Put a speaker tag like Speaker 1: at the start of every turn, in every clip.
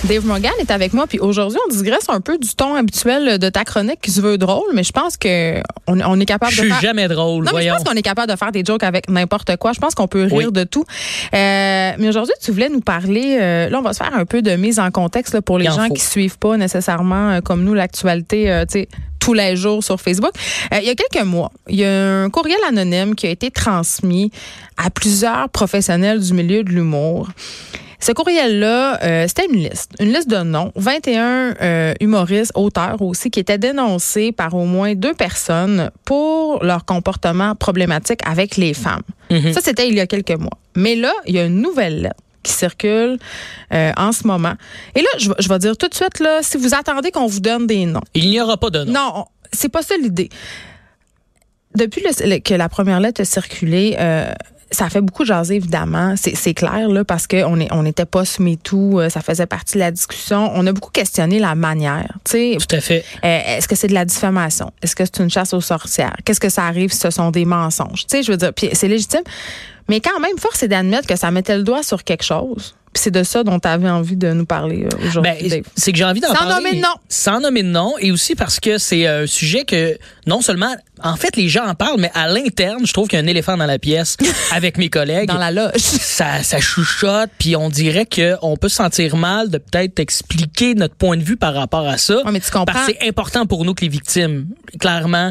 Speaker 1: Dave Morgan est avec moi, puis aujourd'hui, on digresse un peu du ton habituel de ta chronique qui se veut drôle, mais je pense qu'on est capable de faire...
Speaker 2: Je suis jamais drôle,
Speaker 1: non, mais je pense qu'on est capable de faire des jokes avec n'importe quoi. Je pense qu'on peut rire de tout. Mais aujourd'hui, tu voulais nous parler... là, on va se faire un peu de mise en contexte là, pour les gens qui suivent pas nécessairement, comme nous, l'actualité, tu sais, tous les jours sur Facebook. Il y a quelques mois, il y a un courriel anonyme qui a été transmis à plusieurs professionnels du milieu de l'humour. Ce courriel-là, c'était une liste de noms, 21 humoristes, auteurs aussi, qui étaient dénoncés par au moins 2 personnes pour leur comportement problématique avec les femmes. Mm-hmm. Ça, c'était il y a quelques mois. Mais là, il y a une nouvelle lettre qui circule en ce moment. Et là, je vais dire tout de suite, là, si vous attendez qu'on vous donne des noms.
Speaker 2: Il n'y aura pas de noms.
Speaker 1: Non, c'est pas ça l'idée. Depuis que la première lettre a circulé, ça a fait beaucoup jaser, évidemment. C'est clair, là, parce qu'on n'était pas sous MeToo. Ça faisait partie de la discussion. On a beaucoup questionné la manière. T'sais,
Speaker 2: tout à fait.
Speaker 1: Est-ce que c'est de la diffamation? Est-ce que c'est une chasse aux sorcières? Qu'est-ce que ça arrive si ce sont des mensonges? Tu sais, je veux dire, puis c'est légitime. Mais quand même, force est d'admettre que ça mettait le doigt sur quelque chose. Puis c'est de ça dont tu avais envie de nous parler aujourd'hui.
Speaker 2: Ben, c'est que j'ai envie d'en parler.
Speaker 1: Sans nommer de nom.
Speaker 2: Sans nommer de nom. Et aussi parce que c'est un sujet que, non seulement, en fait, les gens en parlent, mais à l'interne, je trouve qu'il y a un éléphant dans la pièce avec mes collègues.
Speaker 1: Dans la loge.
Speaker 2: Ça chuchote, puis on dirait qu'on peut se sentir mal de peut-être expliquer notre point de vue par rapport à ça.
Speaker 1: Ouais, mais tu comprends.
Speaker 2: Parce que c'est important pour nous que les victimes, clairement,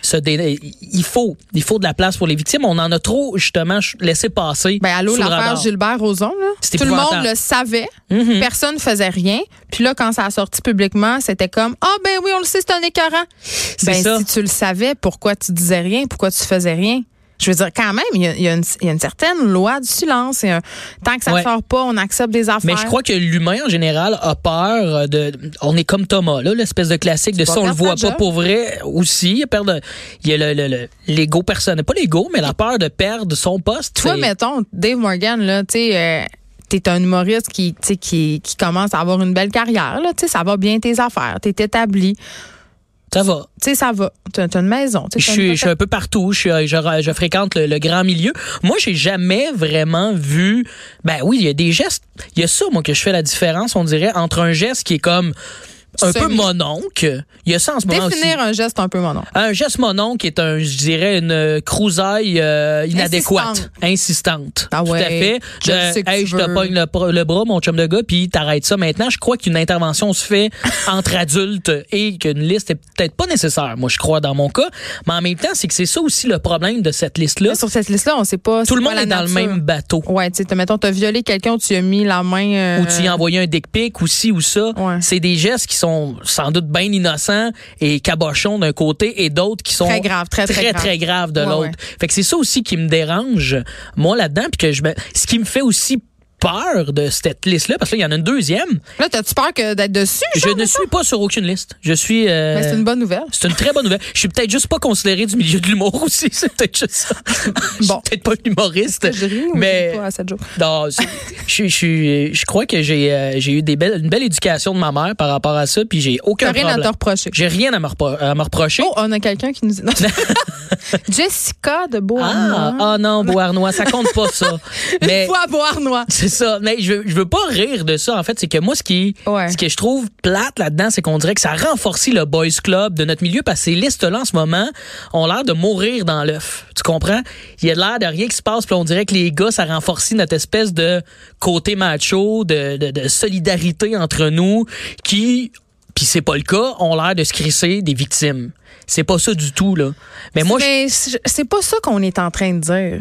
Speaker 2: il faut de la place pour les victimes. On en a trop, justement, laissé passer.
Speaker 1: Ben, allô, l'affaire Gilbert Rozon, là. Tout le monde le savait. Mm-hmm. Personne ne faisait rien. Puis là, quand ça a sorti publiquement, c'était comme, ben oui, on le sait, c'est un écœurant. Si tu le savais, pourquoi tu disais rien? Pourquoi tu faisais rien? Je veux dire, quand même, il y a une certaine loi du silence. Tant que ça ne sort pas, on accepte des affaires.
Speaker 2: Mais je crois que l'humain, en général, a peur de... On est comme Thomas, là, l'espèce de classique de ça, on le voit pas pour vrai aussi. Il y a l'ego personnel. Pas l'ego, mais la peur de perdre son poste.
Speaker 1: Toi, mettons, Dave Morgan, là, tu sais... T'es un humoriste qui commence à avoir une belle carrière. Là, ça va bien tes affaires. T'es établi.
Speaker 2: Ça va.
Speaker 1: Tu sais, ça va. T'as une maison.
Speaker 2: Je suis un peu partout. Je fréquente le grand milieu. Moi, j'ai jamais vraiment vu... Ben oui, il y a des gestes. Il y a ça, moi, que je fais la différence, on dirait, entre un geste qui est comme... un peu mononcle. Il y a ça en ce moment aussi.
Speaker 1: Définir un geste un peu mononcle.
Speaker 2: Un geste mononcle est je dirais, une crousaille inadéquate. Insistante.
Speaker 1: Ah ouais.
Speaker 2: Tout à fait. Je te pogne le bras, mon chum de gars, puis t'arrêtes ça maintenant. Je crois qu'une intervention se fait entre adultes et qu'une liste est peut-être pas nécessaire, moi, je crois, dans mon cas. Mais en même temps, c'est que c'est ça aussi le problème de cette liste-là.
Speaker 1: Mais sur cette liste-là, on sait pas...
Speaker 2: Tout le monde est dans le même bateau.
Speaker 1: Ouais, tu sais, mettons, t'as violé quelqu'un ou tu as mis la main...
Speaker 2: Ou tu y as envoyé un dick pic ou ci ou ça. Ouais. C'est des gestes qui sont sans doute bien innocents et cabochons d'un côté et d'autres qui sont
Speaker 1: très graves
Speaker 2: de l'autre. Ouais. Fait que c'est ça aussi qui me dérange, moi, là-dedans, puis ce qui me fait aussi peur de cette liste-là, parce qu'il y en a une deuxième.
Speaker 1: Là, t'as-tu peur d'être dessus?
Speaker 2: Je ne suis pas sur aucune liste. Je suis...
Speaker 1: Mais c'est une bonne nouvelle.
Speaker 2: C'est une très bonne nouvelle. Je suis peut-être juste pas considéré du milieu de l'humour aussi. C'est peut-être juste ça. Je suis peut-être pas un humoriste.
Speaker 1: Je ris
Speaker 2: mais
Speaker 1: pas à cette joke.
Speaker 2: Non, je crois que j'ai eu une belle éducation de ma mère par rapport à ça, puis j'ai aucun problème.
Speaker 1: T'as rien à te reprocher.
Speaker 2: J'ai rien à me reprocher.
Speaker 1: Oh, on a quelqu'un qui nous dit... Jessica de Beauharnois.
Speaker 2: Ah non, Beauharnois, ça compte pas ça.
Speaker 1: Mais une fois Beauharnois.
Speaker 2: C'est ça. Mais je veux pas rire de ça. En fait, c'est que moi, ce que je trouve plate là-dedans, c'est qu'on dirait que ça renforce le boys club de notre milieu, parce que ces listes-là, en ce moment, ont l'air de mourir dans l'œuf. Tu comprends? Il y a l'air de rien qui se passe, puis on dirait que les gars, ça renforce notre espèce de côté macho, de solidarité entre nous, qui, puis c'est pas le cas, ont l'air de se crisser des victimes. C'est pas ça du tout, là. Mais
Speaker 1: c'est pas ça qu'on est en train de dire.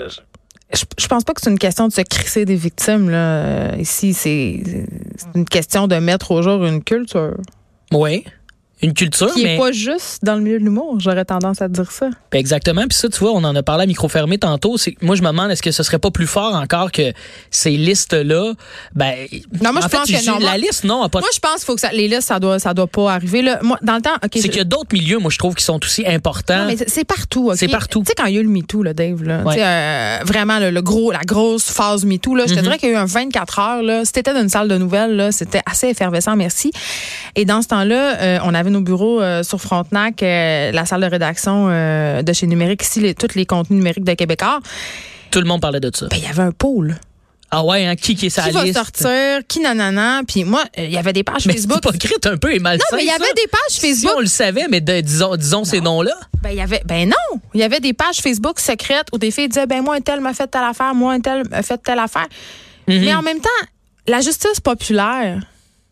Speaker 1: Je pense pas que c'est une question de se crisser des victimes, là. Ici, c'est une question de mettre au jour une culture.
Speaker 2: Oui. Une culture,
Speaker 1: qui est pas juste dans le milieu de l'humour, j'aurais tendance à te dire ça.
Speaker 2: Ben exactement, puis ça, tu vois, on en a parlé à micro fermé tantôt. Moi, je me demande, est-ce que ce serait pas plus fort encore que ces listes-là? Ben,
Speaker 1: non, moi, je pense que non.
Speaker 2: La liste, non.
Speaker 1: Moi, je pense qu'il faut que les listes, ça doit pas arriver. Là, moi, dans le temps,
Speaker 2: c'est qu'il y a d'autres milieux, moi, je trouve, qui sont aussi importants.
Speaker 1: Non, mais c'est partout, OK?
Speaker 2: C'est partout.
Speaker 1: Tu sais, quand il y a eu le MeToo, là, Dave, là, vraiment, la grosse phase MeToo, là, je te dirais qu'il y a eu un 24 heures, là. Si t'étais dans une salle de nouvelles, là, c'était assez effervescent, merci. Et dans ce temps-là, on avait nos bureaux sur Frontenac, la salle de rédaction de chez Numérique, ici, tous les contenus numériques de Québécois.
Speaker 2: Tout le monde parlait de ça.
Speaker 1: Ben, il y avait un pôle.
Speaker 2: Ah ouais, hein, qui est sa liste?
Speaker 1: Qui va sortir, qui nanana. Puis moi, il y avait des pages Facebook.
Speaker 2: C'est hypocrite un peu et malsain.
Speaker 1: Non, mais il y avait des pages Facebook.
Speaker 2: Si on le savait, mais disons ces noms-là.
Speaker 1: Ben non. Il y avait des pages Facebook secrètes où des filles disaient, ben moi, un tel m'a fait telle affaire, moi, un tel m'a fait telle affaire. Mm-hmm. Mais en même temps, la justice populaire,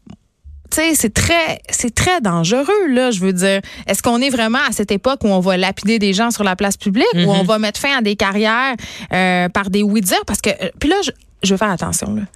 Speaker 1: tu sais, c'est très dangereux, là, je veux dire. Est-ce qu'on est vraiment à cette époque où on va lapider des gens sur la place publique, où on va mettre fin à des carrières par des oui-dire? Parce que, puis là, je veux faire attention, là.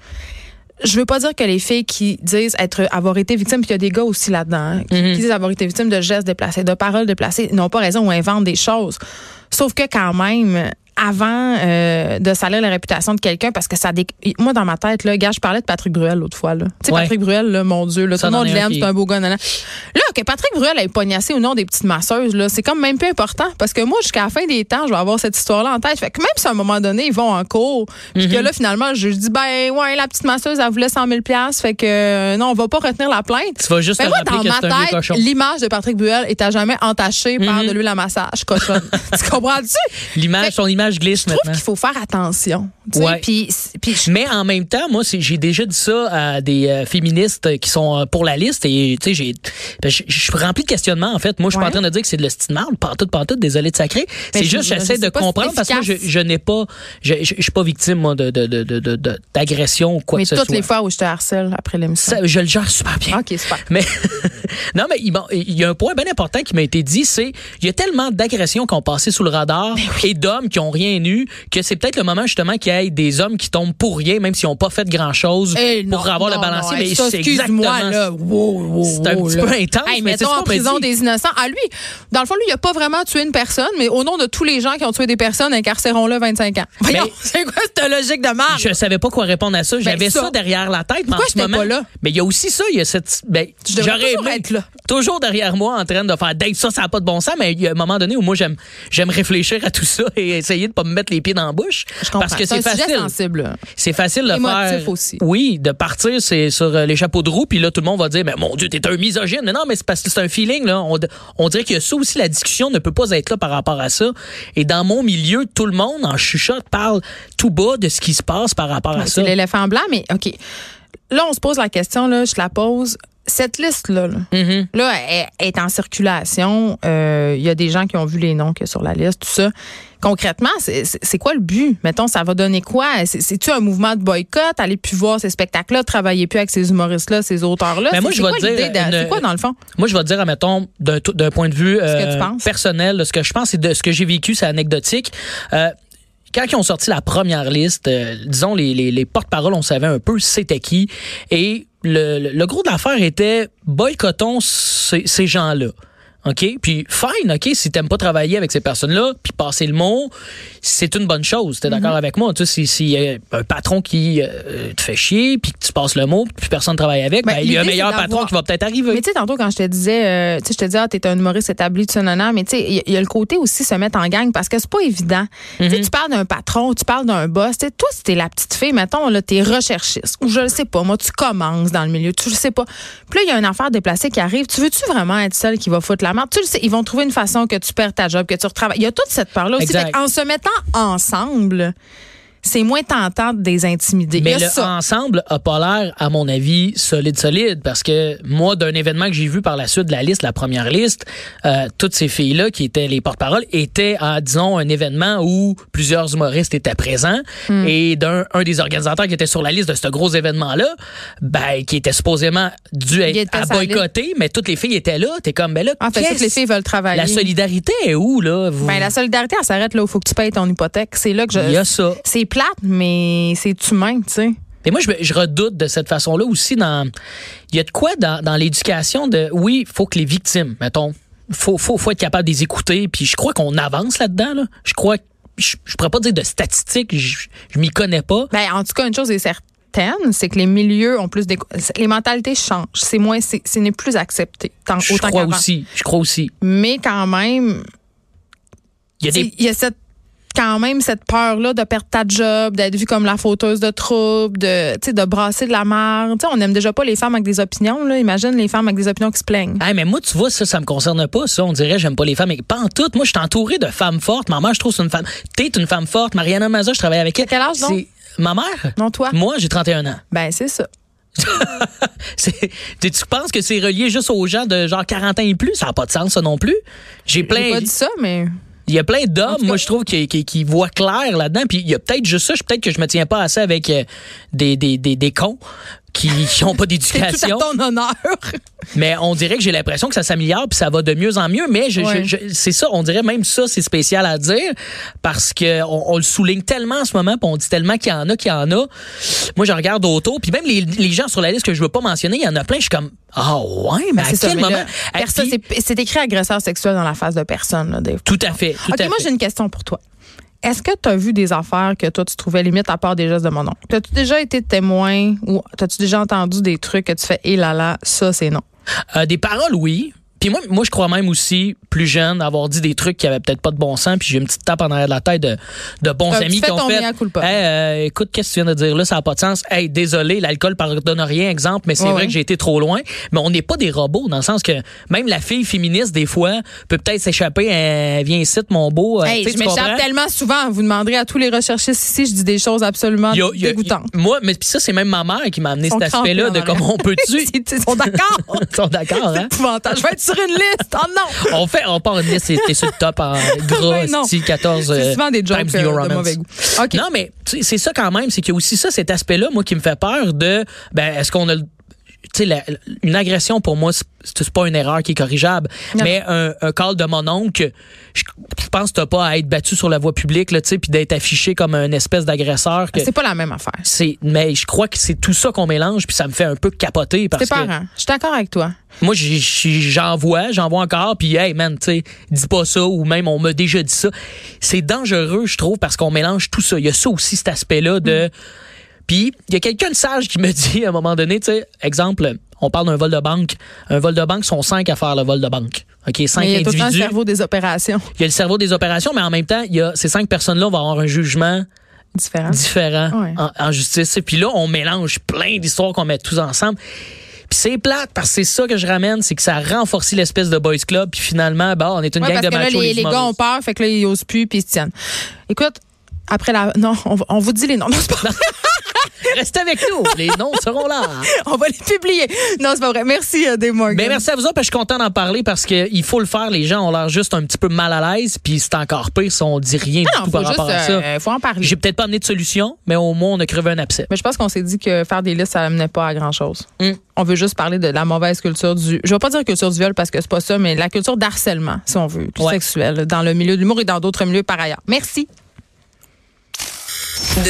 Speaker 1: Je veux pas dire que les filles qui disent avoir été victimes, puis il y a des gars aussi là-dedans, hein, qui disent avoir été victimes de gestes déplacés, de paroles déplacées, n'ont pas raison ou inventent des choses. Sauf que quand même, avant de salir la réputation de quelqu'un, parce que ça moi dans ma tête là, gars, je parlais de Patrick Bruel l'autre fois là. Tu sais, Patrick Bruel là, mon Dieu, là, tout le monde l'aime, c'est un beau gars. Là que Patrick Bruel ait pognassé ou non des petites masseuses là, c'est comme même peu important, parce que moi jusqu'à la fin des temps, je vais avoir cette histoire là en tête. Fait que même si à un moment donné ils vont en cours, puis que là finalement je dis ben ouais, la petite masseuse elle voulait 100 000 $, fait que non, on va pas retenir la plainte.
Speaker 2: Tu vas juste
Speaker 1: moi dans ma tête, l'image de Patrick Bruel est à jamais entachée par de l'huile à massage cochonne. Tu comprends-tu?
Speaker 2: Son image glisse maintenant.
Speaker 1: Je trouve qu'il faut faire attention.
Speaker 2: Ouais. Mais en même temps, moi, j'ai déjà dit ça à des féministes qui sont pour la liste et tu sais, je suis rempli de questionnements en fait. Moi, je suis pas en train de dire que c'est de l'hostie de marde, pantoute, désolé de sacré. C'est juste j'essaie de comprendre parce que moi, je n'ai pas, je suis pas victime moi d'agression ou quoi que ce soit.
Speaker 1: Mais toutes les fois où je te harcèle après l'émission,
Speaker 2: je le gère super bien.
Speaker 1: Ok, super.
Speaker 2: Mais non, mais il y a un point bien important qui m'a été dit, c'est il y a tellement d'agressions qui ont passé sous le radar et d'hommes qui ont rien eu que c'est peut-être le moment justement qu'il y ait des hommes qui tombent pour rien, même s'ils n'ont pas fait grand-chose pour avoir le balancier. Mais c'est exactement
Speaker 1: là.
Speaker 2: C'est un petit peu intense.
Speaker 1: Hey, mais mettons en prison des innocents. Ah, lui, dans le fond, lui, il a pas vraiment tué une personne, mais au nom de tous les gens qui ont tué des personnes, incarcérons-le 25 ans. Voyons, c'est quoi cette logique de merde?
Speaker 2: Je savais pas quoi répondre à ça. J'avais ça derrière la tête.
Speaker 1: Pourquoi
Speaker 2: j'étais
Speaker 1: pas là?
Speaker 2: Mais il y a aussi ça, il y a cette...
Speaker 1: j'aurais aimé être là.
Speaker 2: Toujours derrière moi en train de faire Dave, ça n'a pas de bon sens, mais il y a un moment donné où moi j'aime réfléchir à tout ça et essayer de pas me mettre les pieds dans la bouche. Parce que c'est facile.
Speaker 1: Sensible.
Speaker 2: C'est facile de faire.
Speaker 1: Aussi.
Speaker 2: Oui, de partir sur les chapeaux de roue, puis là tout le monde va dire mais mon Dieu, t'es un misogyne. Mais non, mais c'est parce que c'est un feeling là. On dirait que ça aussi, la discussion ne peut pas être là par rapport à ça. Et dans mon milieu, tout le monde en chuchote parle tout bas de ce qui se passe par rapport à ça.
Speaker 1: C'est l'éléphant blanc, mais OK. Là, on se pose la question, là, je te la pose. Cette liste-là, là, elle est en circulation. Il y a des gens qui ont vu les noms qu'il y a sur la liste, tout ça. Concrètement, c'est quoi le but? Mettons, ça va donner quoi? C'est-tu un mouvement de boycott? Aller plus voir ces spectacles-là, travailler plus avec ces humoristes-là, ces auteurs-là?
Speaker 2: Mais moi, je vais te dire...
Speaker 1: C'est quoi, dans le fond?
Speaker 2: Moi, je vais te dire, admettons, d'un point de vue personnel, là, ce que je pense, c'est de ce que j'ai vécu, c'est anecdotique. Quand ils ont sorti la première liste, disons, les porte-paroles, on savait un peu c'était qui. Et le gros de l'affaire était boycottons ces gens-là. OK? Puis, fine, OK, si t'aimes pas travailler avec ces personnes-là, puis passer le mot, c'est une bonne chose. T'es d'accord avec moi? Tu sais, s'il y a un patron qui te fait chier, puis que tu passes le mot, puis personne ne travaille avec, il y a un meilleur patron qui va peut-être arriver.
Speaker 1: Mais tu sais, tantôt, quand je te disais, je te disais, t'es un humoriste établi, tout ça, non, mais tu sais, il y a le côté aussi se mettre en gang, parce que c'est pas évident. Tu sais, tu parles d'un patron, tu parles d'un boss, tu sais, toi, si t'es la petite fille, mettons, là, t'es recherchiste, ou je le sais pas, moi, tu commences dans le milieu, tu le sais pas. Puis là, il y a une affaire déplacée qui arrive. Tu veux-tu vraiment être celle qui va foutre la merde? Tu le sais, ils vont trouver une façon que tu perds ta job, que tu retravailles. Il y a toute cette part-là aussi. En se mettant ensemble, c'est moins tentant de les intimider.
Speaker 2: Mais ensemble a pas l'air, à mon avis, solide, parce que moi, d'un événement que j'ai vu par la suite de la liste, la première liste, toutes ces filles-là qui étaient les porte-paroles étaient à, disons, un événement où plusieurs humoristes étaient présents et un des organisateurs qui était sur la liste de ce gros événement-là, qui était supposément dû à boycotter, mais toutes les filles étaient là. T'es comme, là,
Speaker 1: en fait, toutes les filles veulent travailler.
Speaker 2: La solidarité est où, là?
Speaker 1: La solidarité, elle s'arrête là où il faut que tu payes ton hypothèque. C'est là que
Speaker 2: il y a ça.
Speaker 1: C'est plate, mais c'est humain, tu sais.
Speaker 2: Mais moi, je redoute de cette façon-là aussi. Il y a de quoi dans l'éducation de... Oui, il faut que les victimes, mettons, faut être capable de les écouter. Puis je crois qu'on avance là-dedans. Là. Je crois... Je pourrais pas dire de statistiques. Je m'y connais pas.
Speaker 1: En tout cas, une chose est certaine, c'est que les milieux ont plus les mentalités changent. C'est moins... Ce n'est plus accepté.
Speaker 2: Je crois aussi.
Speaker 1: Mais quand même... Il y a quand même cette peur-là de perdre ta job, d'être vue comme la fauteuse de troubles, de brasser de la merde. On n'aime déjà pas les femmes avec des opinions. Là. Imagine les femmes avec des opinions qui se plaignent.
Speaker 2: Hey, mais moi, tu vois, ça me concerne pas. Ça, on dirait j'aime pas les femmes. Mais pas en tout. Moi, je suis entourée de femmes fortes. Maman, je trouve que c'est une femme. T'es une femme forte. Mariana Mazza, je travaille avec elle.
Speaker 1: Quel âge, donc?
Speaker 2: Ma mère?
Speaker 1: Non, toi?
Speaker 2: Moi, j'ai 31 ans.
Speaker 1: Ben, c'est ça.
Speaker 2: Tu penses que c'est relié juste aux gens de genre 40 ans et plus? Ça n'a pas de sens, ça non plus. J'ai
Speaker 1: pas dit ça, mais...
Speaker 2: Il y a plein d'hommes, moi, je trouve, qui voient clair là-dedans. Puis il y a peut-être juste ça. Peut-être que je me tiens pas assez avec des cons qui n'ont pas d'éducation.
Speaker 1: C'est tout à ton honneur.
Speaker 2: Mais on dirait que j'ai l'impression que ça s'améliore puis ça va de mieux en mieux. Mais c'est ça, on dirait même ça, c'est spécial à dire parce que on le souligne tellement en ce moment puis on dit tellement qu'il y en a. Moi, je regarde autour puis même les gens sur la liste que je veux pas mentionner, il y en a plein. Je suis comme, mais à quel moment?
Speaker 1: C'est écrit agresseur sexuel dans la face de personne. Là, des fois.
Speaker 2: Tout à fait.
Speaker 1: Moi, j'ai une question pour toi. Est-ce que tu as vu des affaires que toi, tu trouvais limite à part des gestes de mon oncle? As-tu déjà été témoin ou as-tu déjà entendu des trucs que tu fais, ça, c'est non?
Speaker 2: Des paroles, oui. Puis moi, je crois même aussi, plus jeune, avoir dit des trucs qui avaient peut-être pas de bon sens. Puis j'ai une petite tape en arrière de la tête de bons amis qui ont fait. Écoute, qu'est-ce que tu viens de dire là, ça n'a pas de sens. Hey, désolé, l'alcool pardonne rien, exemple, mais c'est vrai que j'ai été trop loin. Mais on n'est pas des robots dans le sens que même la fille féministe des fois peut peut-être s'échapper. Viens ici, mon beau.
Speaker 1: Je m'échappe tellement souvent. Vous demanderez à tous les recherchistes ici, je dis des choses absolument dégoûtantes.
Speaker 2: Moi, mais puis ça, c'est même ma mère qui m'a amené cet aspect-là de comment on peut-tu.
Speaker 1: Ils sont d'accord.
Speaker 2: Ils sont d'accord, hein?
Speaker 1: C'est épouvantable. Je vais être sur une liste. Oh non!
Speaker 2: On part une liste, t'es sur le top en gras, style 14.
Speaker 1: C'est souvent des jokes de mauvais goût. Okay.
Speaker 2: Non, mais c'est ça quand même, c'est qu'il y a aussi ça, cet aspect-là, moi, qui me fait peur de, est-ce qu'on a une agression, pour moi, c'est pas une erreur qui est corrigeable. Non. Mais un call de mon oncle, je pense que t'as pas à être battu sur la voie publique, là, tu sais, puis d'être affiché comme une espèce d'agresseur.
Speaker 1: C'est pas la même affaire.
Speaker 2: Mais je crois que c'est tout ça qu'on mélange, puis ça me fait un peu capoter.
Speaker 1: C'est parent. Je suis d'accord avec toi.
Speaker 2: Moi, j'en vois encore, puis hey, man, tu sais, dis pas ça, ou même on m'a déjà dit ça. C'est dangereux, je trouve, parce qu'on mélange tout ça. Il y a ça aussi, cet aspect-là de... Puis, il y a quelqu'un de sage qui me dit, à un moment donné, tu sais, exemple, on parle d'un vol de banque. Un vol de banque, sont 5 à faire le vol de banque. OK, 5 individus. Il y a tout le
Speaker 1: cerveau des opérations.
Speaker 2: Il y a le cerveau des opérations, mais en même temps, il y a ces 5 personnes-là vont avoir un jugement différent en justice. Et puis là, on mélange plein d'histoires qu'on met tous ensemble. Puis c'est plate, parce que c'est ça que je ramène, c'est que ça renforce l'espèce de boys club. Puis finalement, on est une gang de machos.
Speaker 1: Les gars ont peur, fait que là, ils osent plus, puis ils se tiennent. Écoute, après non, on vous dit les noms. Non, c'est pas vrai.
Speaker 2: Restez avec nous, les noms seront là.
Speaker 1: On va les publier. Non, c'est pas vrai. Merci, Dave Morgan.
Speaker 2: Ben, merci à vous autres, parce que je suis content d'en parler parce qu'il faut le faire. Les gens ont l'air juste un petit peu mal à l'aise, puis c'est encore pire si on dit rien du tout par rapport à ça.
Speaker 1: Faut en parler.
Speaker 2: J'ai peut-être pas amené de solution, mais au moins on a crevé un abcès.
Speaker 1: Mais je pense qu'on s'est dit que faire des listes, ça n'amenait pas à grand-chose. On veut juste parler de la mauvaise culture je vais pas dire culture du viol parce que c'est pas ça, mais la culture d'harcèlement, si on veut, sexuel, dans le milieu de l'humour et dans d'autres milieux par ailleurs. Merci.